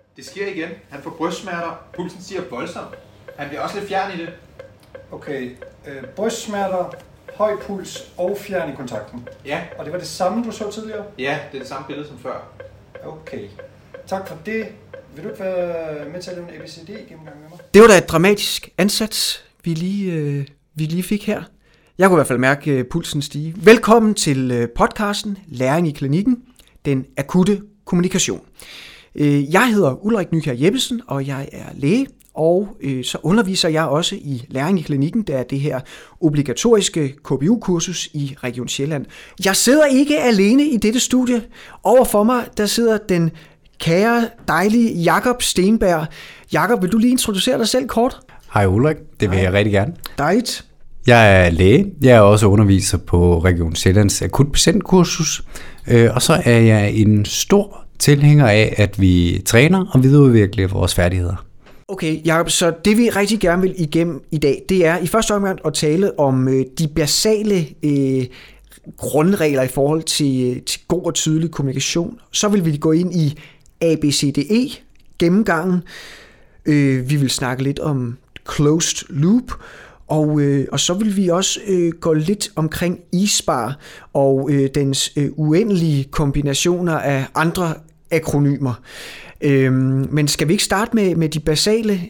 Det sker igen. Han får brystsmerter. Pulsen stiger voldsomt. Han bliver også lidt fjern i det. Okay. Brystsmerter, høj puls og fjern i kontakten. Ja. Og det var det samme, du så tidligere? Ja, det er det samme billede som før. Okay. Tak for det. Vil du ikke være med til at lave en ABCD gennemgang med mig? Det var da et dramatisk ansats, vi lige fik her. Jeg kunne i hvert fald mærke pulsen stige. Velkommen til podcasten Læring i klinikken, den akutte kommunikation. Jeg hedder Ulrik Nykjær Jeppesen, og jeg er læge, og så underviser jeg også i Læring i klinikken, der er det her obligatoriske KBU-kursus i Region Sjælland. Jeg sidder ikke alene i dette studie. Overfor mig, der sidder den kære, dejlige Jakob Stenberg. Jakob, vil du lige introducere dig selv kort? Hej Ulrik, det vil jeg rigtig gerne. Dejligt. Jeg er læge. Jeg er også underviser på Region Sjællands akutpatientkursus. Og så er jeg en stor tilhænger af, at vi træner og videreudvikler vores færdigheder. Okay, Jacob, så det vi rigtig gerne vil igennem i dag, det er i første omgang at tale om de basale grundregler i forhold til god og tydelig kommunikation. Så vil vi gå ind i ABCDE gennemgangen. Vi vil snakke lidt om closed loop, og så vil vi også gå lidt omkring ISPAR og dens uendelige kombinationer af andre akronymer. Men skal vi ikke starte med de basale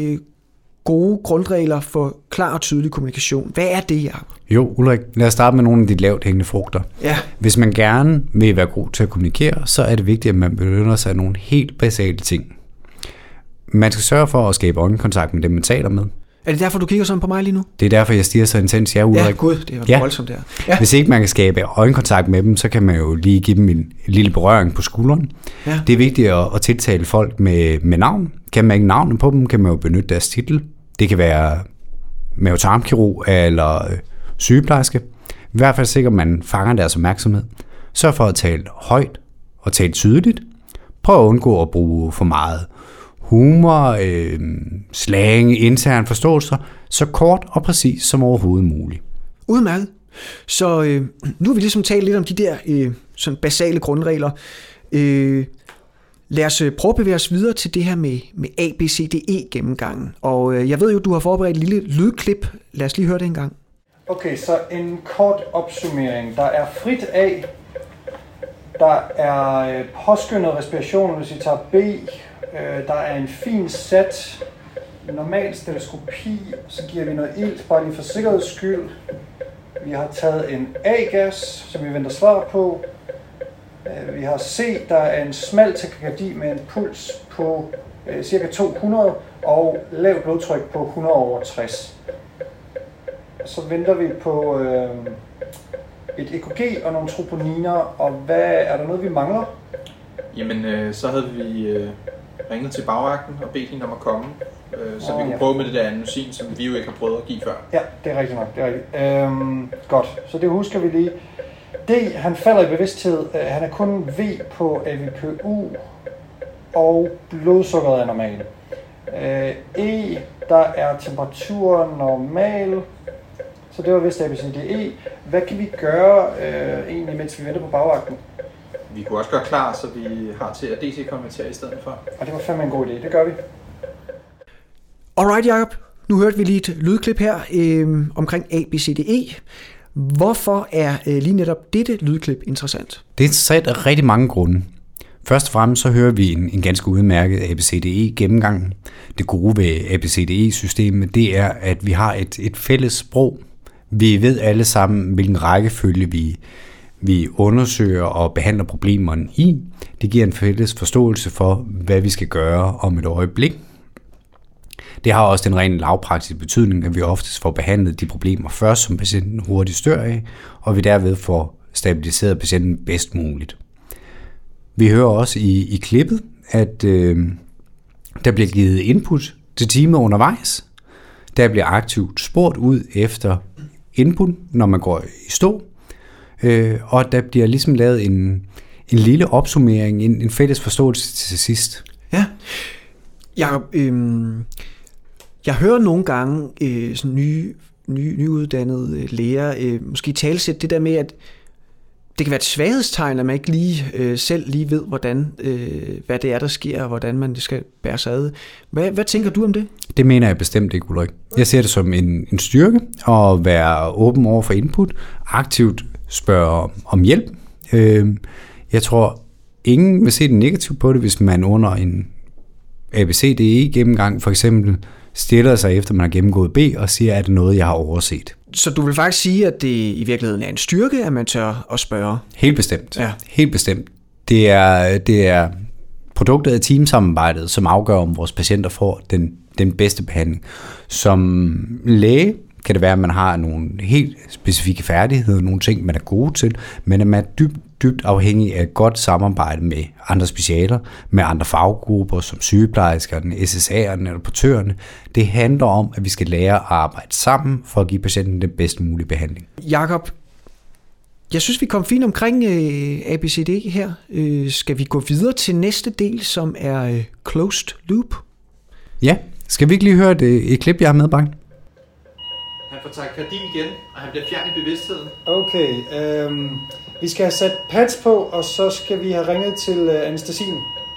gode grundregler for klar og tydelig kommunikation? Hvad er det, Jacob? Jo, Ulrik, lad os starte med nogle af de lavt hængende frugter. Ja. Hvis man gerne vil være god til at kommunikere, så er det vigtigt, at man benytter sig af nogle helt basale ting. Man skal sørge for at skabe øjenkontakt med dem, man taler med. Er det derfor, du kigger sådan på mig lige nu? Det er derfor, jeg stiger så intens. Ja, Ulrik. Ja, gud, det er voldsomt der. Ja. Hvis ikke man kan skabe øjenkontakt med dem, så kan man jo lige give dem en lille berøring på skulderen. Ja. Det er vigtigt at tiltale folk med navn. Kan man ikke navnet på dem, kan man jo benytte deres titel. Det kan være mavetarmkirurg eller sygeplejerske. I hvert fald sikrer man fanger deres opmærksomhed. Sørg for at tale højt og tale tydeligt. Prøv at undgå at bruge for meget humor, slang, intern forståelser, så kort og præcis som overhovedet muligt. Udmærket. Så nu har vi ligesom talt lidt om de der sådan basale grundregler. Lad os prøve at bevæge os videre til det her med ABCDE-gennemgangen. Og jeg ved jo, du har forberedt et lille lydklip. Lad os lige høre det en gang. Okay, så en kort opsummering. Der er frit A. Der er påskyndet respiration, hvis vi tager B. Der er en fin sat, normal stereoskopi, så giver vi noget ilt, bare lige for sikkerheds skyld. Vi har taget en A-gas, som vi venter svar på. Vi har C, der er en smal takykardi med en puls på ca. 200 og lavt blodtryk på 100/60. Så venter vi på et EKG og nogle troponiner, og hvad er der noget, vi mangler? Jamen, så havde vi ringet til bagvagten og bedt hende om at komme, så vi kunne prøve med det der anosin, som vi jo ikke har prøvet at give før. Ja, det er rigtigt nok. Det er rigtigt. Godt, så det husker vi lige. D, han falder i bevidsthed. Han er kun V på AVPU, og blodsukkeret er normal. E, der er temperaturen normal. Så det var vist ABCDE. Hvad kan vi gøre egentlig, mens vi venter på bagvagten? Vi kunne også gøre klar, så vi har til at DC-konvertere i stedet for. Og det var fandme en god idé. Det gør vi. Alright, Jacob. Nu hørte vi lige et lydklip her omkring ABCDE. Hvorfor er lige netop dette lydklip interessant? Det er interessant af rigtig mange grunde. Først og fremmest så hører vi en ganske udmærket ABCDE gennemgang. Det gode ved ABCDE-systemet, det er, at vi har et fælles sprog. Vi ved alle sammen, hvilken rækkefølge vi undersøger og behandler problemerne i. Det giver en fælles forståelse for, hvad vi skal gøre om et øjeblik. Det har også den rent lavpraktiske betydning, at vi oftest får behandlet de problemer først, som patienten hurtigt dør af, og vi derved får stabiliseret patienten bedst muligt. Vi hører også i klippet, at der bliver givet input til teamet undervejs. Der bliver aktivt spurgt ud efter input, når man går i stå. Og der bliver ligesom lavet en lille opsummering, en fælles forståelse til sidst. Ja, Jacob, jeg hører nogle gange sådan nyuddannede læger måske talsætte det der med, at det kan være et svaghedstegn, at man ikke lige selv lige ved, hvad det er, der sker, og hvordan man skal bære sig ad. Hvad tænker du om det? Det mener jeg bestemt ikke, Ulrik. Jeg ser det som en styrke at være åben over for input, aktivt spørge om hjælp. Jeg tror, ingen vil se det negativt på det, hvis man under en ABCDE-gennemgang for eksempel stiller sig efter, man har gennemgået B, og siger, er det noget, jeg har overset. Så du vil faktisk sige, at det i virkeligheden er en styrke, at man tør at spørge? Helt bestemt. Ja. Helt bestemt. Det er produktet af teamsamarbejdet, som afgør, om vores patienter får den bedste behandling. Som læge kan det være, at man har nogle helt specifikke færdigheder, nogle ting, man er gode til, men at man er dybt afhængig af et godt samarbejde med andre specialer, med andre faggrupper, som sygeplejerskerne, SSA'erne eller portørerne. Det handler om, at vi skal lære at arbejde sammen for at give patienten den bedst mulige behandling. Jakob, jeg synes, vi kom fint omkring ABCD her. Skal vi gå videre til næste del, som er closed loop? Ja, skal vi ikke lige høre et klip, jeg har medbragt? Han får takardin igen, og han bliver fjern i bevidstheden. Okay, vi skal have sat pads på, og så skal vi have ringet til anæstesien.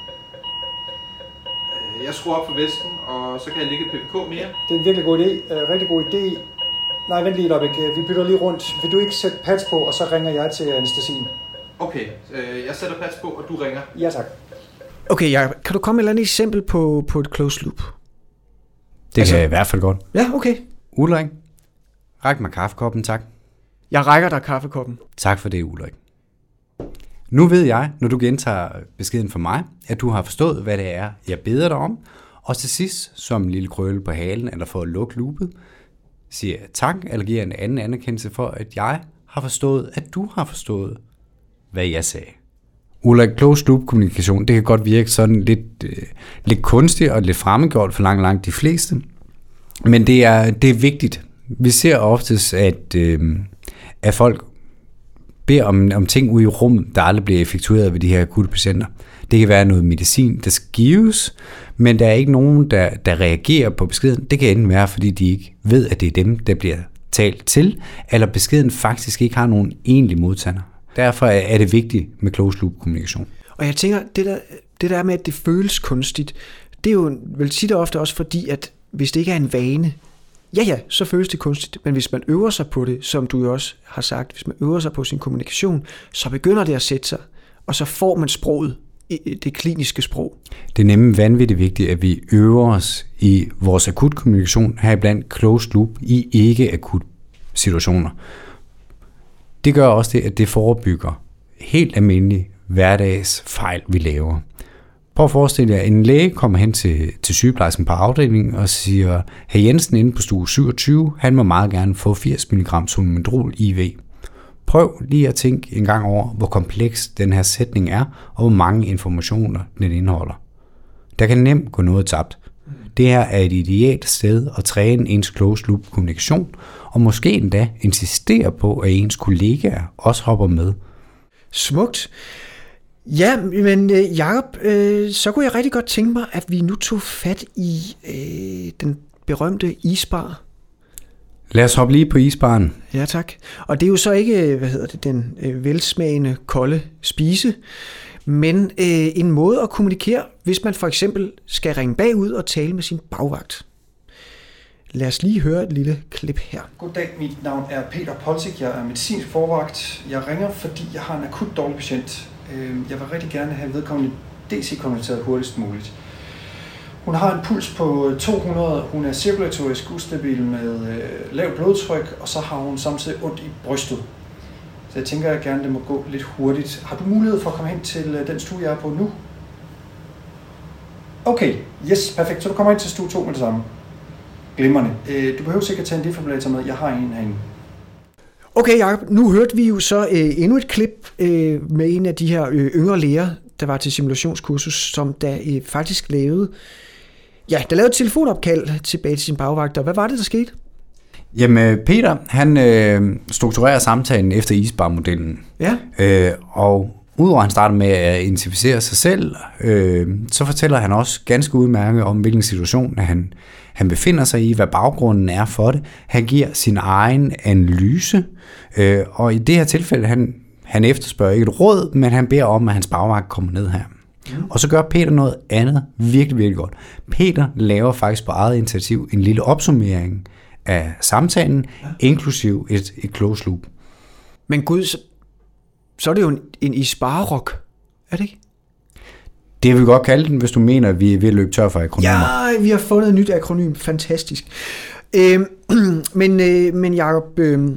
Jeg skruer op for vesten, og så kan jeg lægge et PPK mere. Det er en virkelig god idé. Rigtig god idé. Nej, vent lige et øjeblik. Vi bytter lige rundt. Vil du ikke sætte pads på, og så ringer jeg til anæstesien? Okay, jeg sætter pads på, og du ringer. Ja, tak. Okay, Jacob, kan du komme med et eller andet eksempel på et closed loop? Det kan jeg i hvert fald godt. Ja, okay. Ulrik, ræk mig kaffekoppen, tak. Jeg rækker dig kaffekoppen. Tak for det, Ulrik. Nu ved jeg, når du gentager beskeden fra mig, at du har forstået, hvad det er, jeg beder dig om. Og til sidst, som en lille krølle på halen, eller for at lukke loopet, siger jeg tak, eller giver en anden anerkendelse for, at jeg har forstået, at du har forstået, hvad jeg sagde. Ulrik, closed loop kommunikation, det kan godt virke sådan lidt kunstigt og lidt fremmedgjort for langt de fleste. Men det er vigtigt. Vi ser oftest, at folk beder om ting ude i rummet, der aldrig bliver effektueret ved de her akutte patienter. Det kan være noget medicin, der skal gives, men der er ikke nogen, der reagerer på beskeden. Det kan enten være, fordi de ikke ved, at det er dem, der bliver talt til, eller beskeden faktisk ikke har nogen egentlig modtager. Derfor er det vigtigt med closed loop kommunikation. Og jeg tænker, det der med, at det føles kunstigt, det er jo vel tit og ofte også fordi, at hvis det ikke er en vane, ja, så føles det kunstigt, men hvis man øver sig på det, som du jo også har sagt, hvis man øver sig på sin kommunikation, så begynder det at sætte sig, og så får man sproget, det kliniske sprog. Det er nemlig vanvittigt vigtigt, at vi øver os i vores akut kommunikation, heriblandt closed loop, i ikke-akut situationer. Det gør også det, at det forebygger helt almindelige hverdagsfejl, vi laver. Prøv at forestille jer, at en læge kommer hen til sygeplejersken på afdelingen og siger, hr. Jensen inde på stue 27, han må meget gerne få 80 mg Solmedrol IV. Prøv lige at tænke en gang over, hvor kompleks den her sætning er, og hvor mange informationer den indeholder. Der kan nemt gå noget tabt. Det her er et ideelt sted at træne ens closed loop kommunikation, og måske endda insistere på, at ens kollegaer også hopper med. Smukt. Ja, men Jacob, så kunne jeg rigtig godt tænke mig, at vi nu tog fat i den berømte isbar. Lad os hoppe lige på isbaren. Ja, tak. Og det er jo så ikke, den velsmagende kolde spise, men en måde at kommunikere, hvis man for eksempel skal ringe bagud og tale med sin bagvagt. Lad os lige høre et lille klip her. Goddag, mit navn er Peter Polsik, jeg er medicinsk forvagt. Jeg ringer, fordi jeg har en akut dårlig patient. Jeg vil rigtig gerne have vedkommende DC-konverteret hurtigst muligt. Hun har en puls på 200, hun er cirkulatorisk ustabil med lavt blodtryk, og så har hun samtidig ondt i brystet. Så jeg tænker, at gerne det må gå lidt hurtigt. Har du mulighed for at komme hen til den stue, jeg er på nu? Okay, yes, perfekt. Så du kommer ind til stue 2 med det samme. Glimrende. Du behøver sikkert tage en defibrillator med. Jeg har en herinde. Okay, Jacob, nu hørte vi jo så endnu et klip med en af de her yngre læger, der var til simulationskursus, som der faktisk lavede et telefonopkald tilbage til sin bagvagt. Og hvad var det, der skete? Jamen, Peter, han strukturerer samtalen efter isbarmodellen. Ja. Og udover at han starter med at identificere sig selv, så fortæller han også ganske udmærket om, hvilken situation han befinder sig i, hvad baggrunden er for det. Han giver sin egen analyse, og i det her tilfælde, Han efterspørger ikke et råd, men han beder om, at hans bagvagt kommer ned her. Og så gør Peter noget andet virkelig, virkelig godt. Peter laver faktisk på eget initiativ en lille opsummering af samtalen, inklusiv et close loop. Men gud, så er det jo en isbarok, er det ikke? Det vil vi godt kalde den, hvis du mener, at vi er ved at løbe tør for akronymer. Ja, vi har fundet et nyt akronym. Fantastisk. Men Jacob,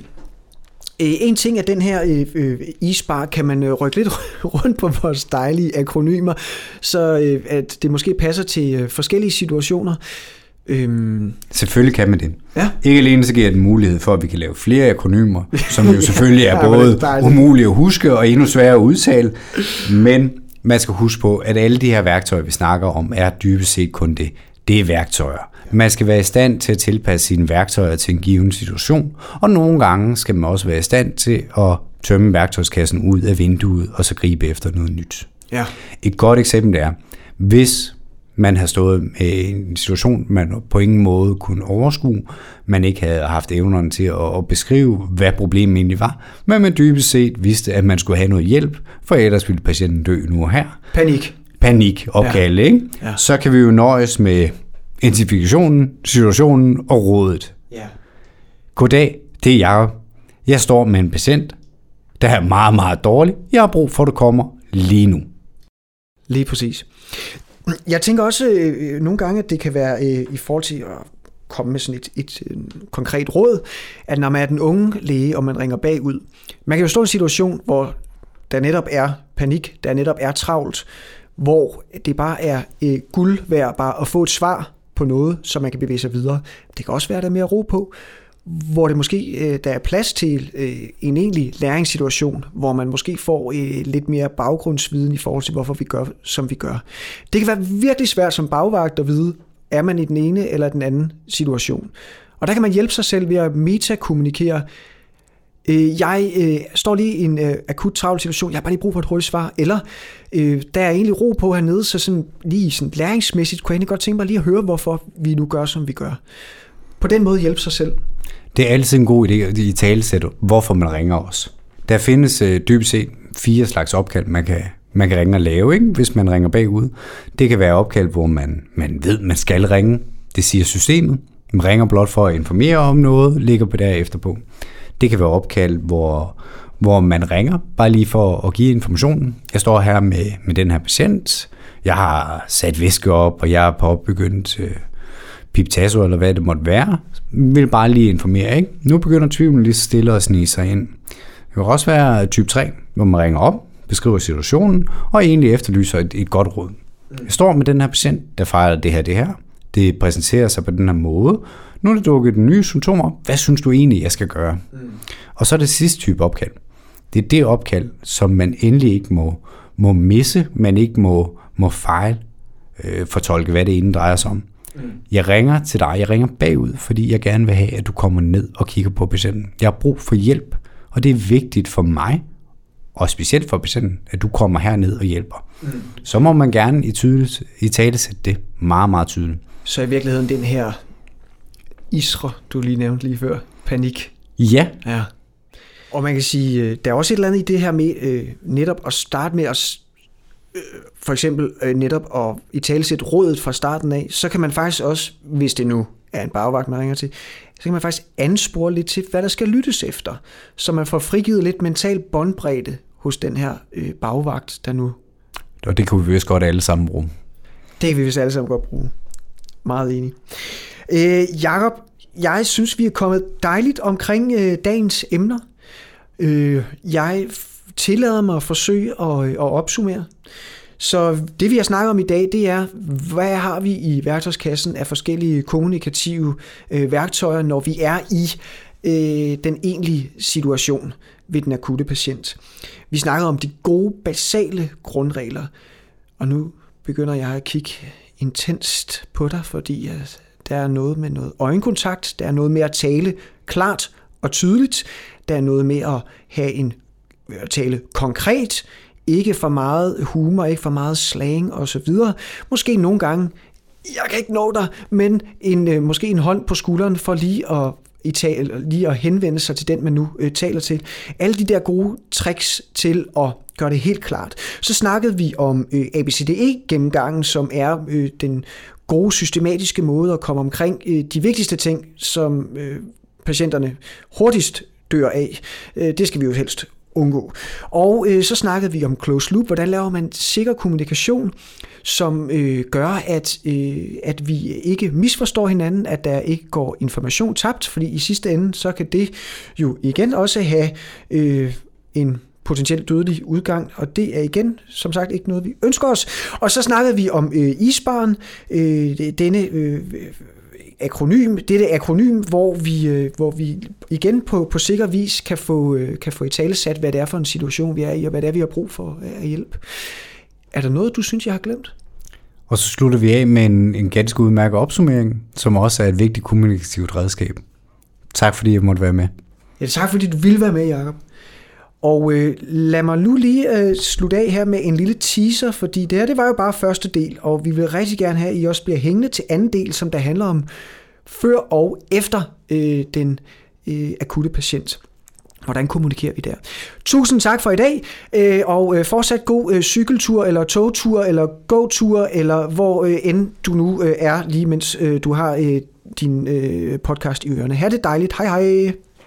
en ting af den her isbar, kan man rykke lidt rundt på vores dejlige akronymer, så at det måske passer til forskellige situationer. Selvfølgelig kan man det. Ja. Ikke alene så giver det en mulighed for, at vi kan lave flere akronymer, som jo selvfølgelig er både umulige at huske og endnu sværere at udtale, men man skal huske på, at alle de her værktøjer, vi snakker om, er dybest set kun det. Det er værktøjer. Man skal være i stand til at tilpasse sine værktøjer til en given situation, og nogle gange skal man også være i stand til at tømme værktøjskassen ud af vinduet og så gribe efter noget nyt. Ja. Et godt eksempel er, hvis man har stået i en situation, man på ingen måde kunne overskue, man ikke havde haft evnerne til at beskrive, hvad problemet egentlig var, men man dybest set vidste, at man skulle have noget hjælp, for ellers ville patienten dø nu og her. Panik opkald, ikke? Ja. Så kan vi jo nøjes med identifikationen, situationen og rådet. Ja. Goddag, det er Jacob. Jeg står med en patient, der er meget, meget dårlig. Jeg har brug for, at du kommer lige nu. Lige præcis. Jeg tænker også nogle gange, at det kan være i forhold til at komme med sådan et konkret råd, at når man er den unge læge, og man ringer bagud, man kan jo stå i en situation, hvor der netop er panik, der netop er travlt, hvor det bare er guld værd bare at få et svar på noget, så man kan bevæge sig videre. Det kan også være, der er mere ro på, hvor det måske der er plads til en egentlig læringssituation, hvor man måske får lidt mere baggrundsviden i forhold til, hvorfor vi gør, som vi gør. Det kan være virkelig svært som bagvagt at vide, er man i den ene eller den anden situation. Og der kan man hjælpe sig selv ved at metakommunikere. Jeg står lige i en akut travl situation, jeg har bare lige brug for et hurtigt svar, eller der er egentlig ro på hernede, så sådan, lige sådan læringsmæssigt kunne jeg egentlig godt tænke mig lige at høre, hvorfor vi nu gør, som vi gør. På den måde hjælpe sig selv. Det er altid en god idé at i talesætte, hvorfor man ringer os. Der findes dybest set 4 slags opkald, man kan ringe og lave, ikke? Hvis man ringer bagud. Det kan være opkald, hvor man ved, man skal ringe. Det siger systemet. Man ringer blot for at informere om noget, ligger på derefter på. Det kan være opkald, hvor man ringer, bare lige for at give informationen. Jeg står her med den her patient. Jeg har sat væske op, og jeg er påbegyndt piptasso, eller hvad det måtte være. Jeg vil bare lige informere, ikke? Nu begynder tvivlen lige stille at snige sig ind. Det kan også være type 3, hvor man ringer op, beskriver situationen, og egentlig efterlyser et godt råd. Jeg står med den her patient, der fejler det her. Det præsenterer sig på den her måde. Nu er der dukket nye symptomer. Hvad synes du egentlig, jeg skal gøre? Og så er det sidste type opkald. Det er det opkald, som man endelig ikke må misse, man ikke må fejl fortolke, hvad det egentlig drejer sig om. Jeg ringer til dig, jeg ringer bagud, fordi jeg gerne vil have, at du kommer ned og kigger på patienten. Jeg har brug for hjælp, og det er vigtigt for mig, og specielt for patienten, at du kommer herned og hjælper. Så må man gerne i tale sætte det meget, meget tydeligt. Så i virkeligheden den her isre, du lige nævnte lige før, panik. Ja. Og man kan sige, der er også et eller andet i det her med netop at starte med at for eksempel netop at italesætte rådet fra starten af, så kan man faktisk også, hvis det nu er en bagvagt, man ringer til, så kan man faktisk anspore lidt til, hvad der skal lyttes efter, så man får frigivet lidt mental båndbredde hos den her bagvagt, der nu... Og det kunne vi vist godt alle sammen bruge. Det kan vi vist alle sammen godt bruge. Meget enig. Jacob, jeg synes, vi er kommet dejligt omkring dagens emner. Jeg tillader mig at forsøge at opsummere. Så det, vi har snakket om i dag, det er, hvad har vi i værktøjskassen af forskellige kommunikative værktøjer, når vi er i den egentlige situation ved den akutte patient. Vi snakkede om de gode, basale grundregler, og nu begynder jeg at kigge intenst på dig, fordi der er noget med noget øjenkontakt, der er noget med at tale klart og tydeligt, der er noget med at tale konkret, ikke for meget humor, ikke for meget slang og så videre. Måske nogle gange, jeg kan ikke nå dig, men måske en hånd på skulderen for lige at lige at henvende sig til den, man nu taler til. Alle de der gode tricks til at gøre det helt klart. Så snakkede vi om ABCDE-gennemgangen, som er den gode systematiske måde at komme omkring de vigtigste ting, som patienterne hurtigst dør af. Det skal vi jo helst undgå. Og så snakkede vi om closed loop. Hvordan laver man sikker kommunikation, som gør, at vi ikke misforstår hinanden, at der ikke går information tabt, fordi i sidste ende, så kan det jo igen også have en potentielt dødelig udgang, og det er igen, som sagt, ikke noget, vi ønsker os. Og så snakkede vi om ISBAR'en, dette akronym, hvor vi igen på sikker vis kan få i tale sat, hvad det er for en situation, vi er i, og hvad det er, vi har brug for af hjælp. Er der noget, du synes, jeg har glemt? Og så slutter vi af med en ganske udmærket opsummering, som også er et vigtigt kommunikativt redskab. Tak fordi jeg måtte være med. Ja, tak fordi du ville være med, Jacob. Og lad mig nu lige slutte af her med en lille teaser, fordi det her, det var jo bare første del, og vi vil rigtig gerne have, at I også bliver hængende til anden del, som der handler om før og efter den akutte patient. Hvordan kommunikerer vi der? Tusind tak for i dag, og fortsat god cykeltur, eller togtur, eller gåtur, eller hvor end du nu er, lige mens du har din podcast i ørerne. Ha' det dejligt. Hej hej!